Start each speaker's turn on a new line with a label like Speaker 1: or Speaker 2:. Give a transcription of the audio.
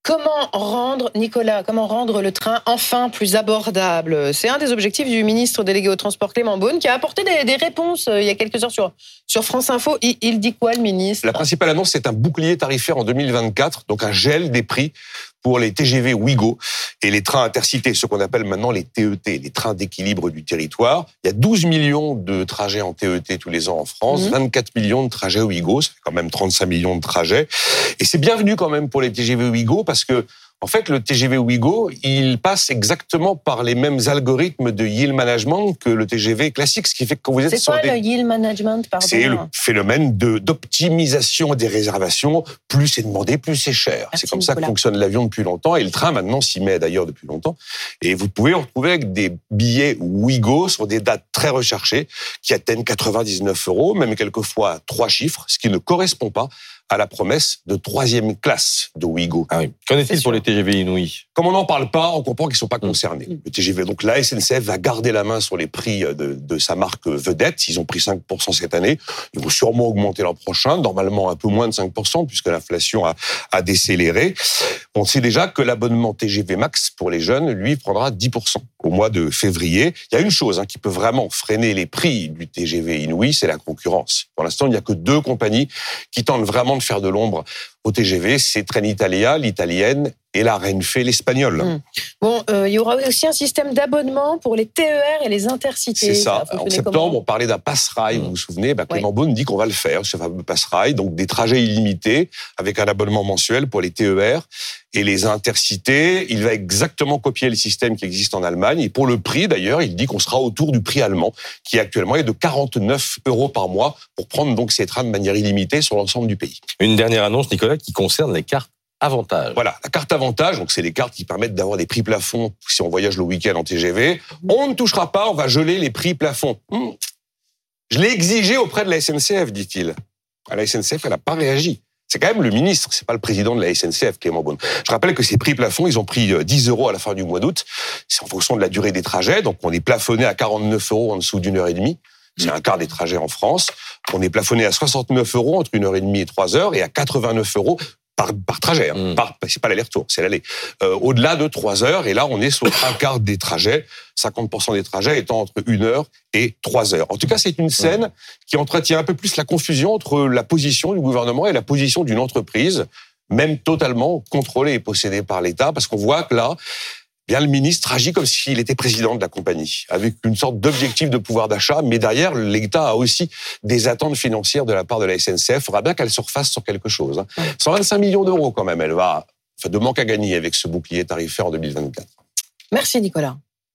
Speaker 1: Nicolas, comment rendre le train enfin plus abordable? C'est un des objectifs du ministre délégué au transport Clément Beaune qui a apporté des réponses il y a quelques heures sur France Info. Il dit quoi, le ministre?
Speaker 2: La principale annonce, c'est un bouclier tarifaire en 2024, donc un gel des prix pour les TGV Ouigo et les trains intercités, ce qu'on appelle maintenant les TET, les trains d'équilibre du territoire. Il y a 12 millions de trajets en TET tous les ans en France, 24 millions de trajets Ouigo, ça fait quand même 35 millions de trajets. Et c'est bienvenu quand même pour les TGV Ouigo parce que, en fait, le TGV Ouigo, il passe exactement par les mêmes algorithmes de yield management que le TGV classique, ce qui fait que quand vous êtes
Speaker 1: sur des... C'est quoi le yield management, pardon?
Speaker 2: C'est le phénomène d'optimisation des réservations. Plus c'est demandé, plus c'est cher.
Speaker 1: Merci,
Speaker 2: c'est comme ça que
Speaker 1: Nicolas.
Speaker 2: fonctionne l'avion depuis longtemps, et le train maintenant s'y met d'ailleurs depuis longtemps. Et vous pouvez vous retrouver avec des billets Ouigo sur des dates très recherchées qui atteignent 99 €, même quelquefois 3 chiffres, ce qui ne correspond pas à la promesse de 3e classe de Ouigo.
Speaker 3: Ah oui. Qu'en est-il pour les TGV Inouï?
Speaker 2: Comme on n'en parle pas, on comprend qu'ils ne sont pas concernés. Le TGV, donc la SNCF va garder la main sur les prix de sa marque vedette. Ils ont pris 5% cette année. Ils vont sûrement augmenter l'an prochain, normalement un peu moins de 5%, puisque l'inflation a décéléré. On sait déjà que l'abonnement TGV Max pour les jeunes, lui, prendra 10% au mois de février. Il y a une chose qui peut vraiment freiner les prix du TGV Inouï, c'est la concurrence. Pour l'instant, il n'y a que 2 compagnies qui tentent vraiment de faire de l'ombre au TGV, c'est Trenitalia, l'italienne, et la Renfe, l'espagnole.
Speaker 1: Bon, il y aura aussi un système d'abonnement pour les TER et les intercités.
Speaker 2: C'est ça. En septembre, on parlait d'un pass-rail, vous vous souvenez, Clément Beaune dit qu'on va le faire, ce fameux pass-rail, donc des trajets illimités avec un abonnement mensuel pour les TER et les intercités. Il va exactement copier le système qui existe en Allemagne, et pour le prix, d'ailleurs, il dit qu'on sera autour du prix allemand, qui actuellement est de 49 € par mois, pour prendre donc ces trains de manière illimitée sur l'ensemble du pays.
Speaker 3: Une dernière annonce, Nicolas, qui concerne les cartes avantage.
Speaker 2: Voilà, la carte avantage, donc c'est les cartes qui permettent d'avoir des prix plafonds si on voyage le week-end en TGV. On ne touchera pas, on va geler les prix plafonds. Je l'ai exigé auprès de la SNCF, dit-il. La SNCF, elle n'a pas réagi. C'est quand même le ministre, c'est pas le président de la SNCF, Clément Beaune. Je rappelle que ces prix plafonds, ils ont pris 10 € à la fin du mois d'août. C'est en fonction de la durée des trajets, donc on est plafonné à 49 € en dessous d'1 heure et demie. C'est un quart des trajets en France. On est plafonné à 69 € entre 1 heure et demie et 3 heures, et à 89 € par trajet. C'est pas l'aller-retour, c'est l'aller. Au-delà de 3 heures, et là, on est sur un quart des trajets, 50% des trajets étant entre 1 heure et 3 heures. En tout cas, c'est une scène qui entretient un peu plus la confusion entre la position du gouvernement et la position d'une entreprise, même totalement contrôlée et possédée par l'État, parce qu'on voit que là, bien le ministre agit comme s'il était président de la compagnie, avec une sorte d'objectif de pouvoir d'achat, mais derrière, l'État a aussi des attentes financières de la part de la SNCF. Il faudra bien qu'elle se refasse sur quelque chose. 125 millions d'euros quand même, elle va de manque à gagner avec ce bouclier tarifaire en 2024.
Speaker 1: Merci Nicolas.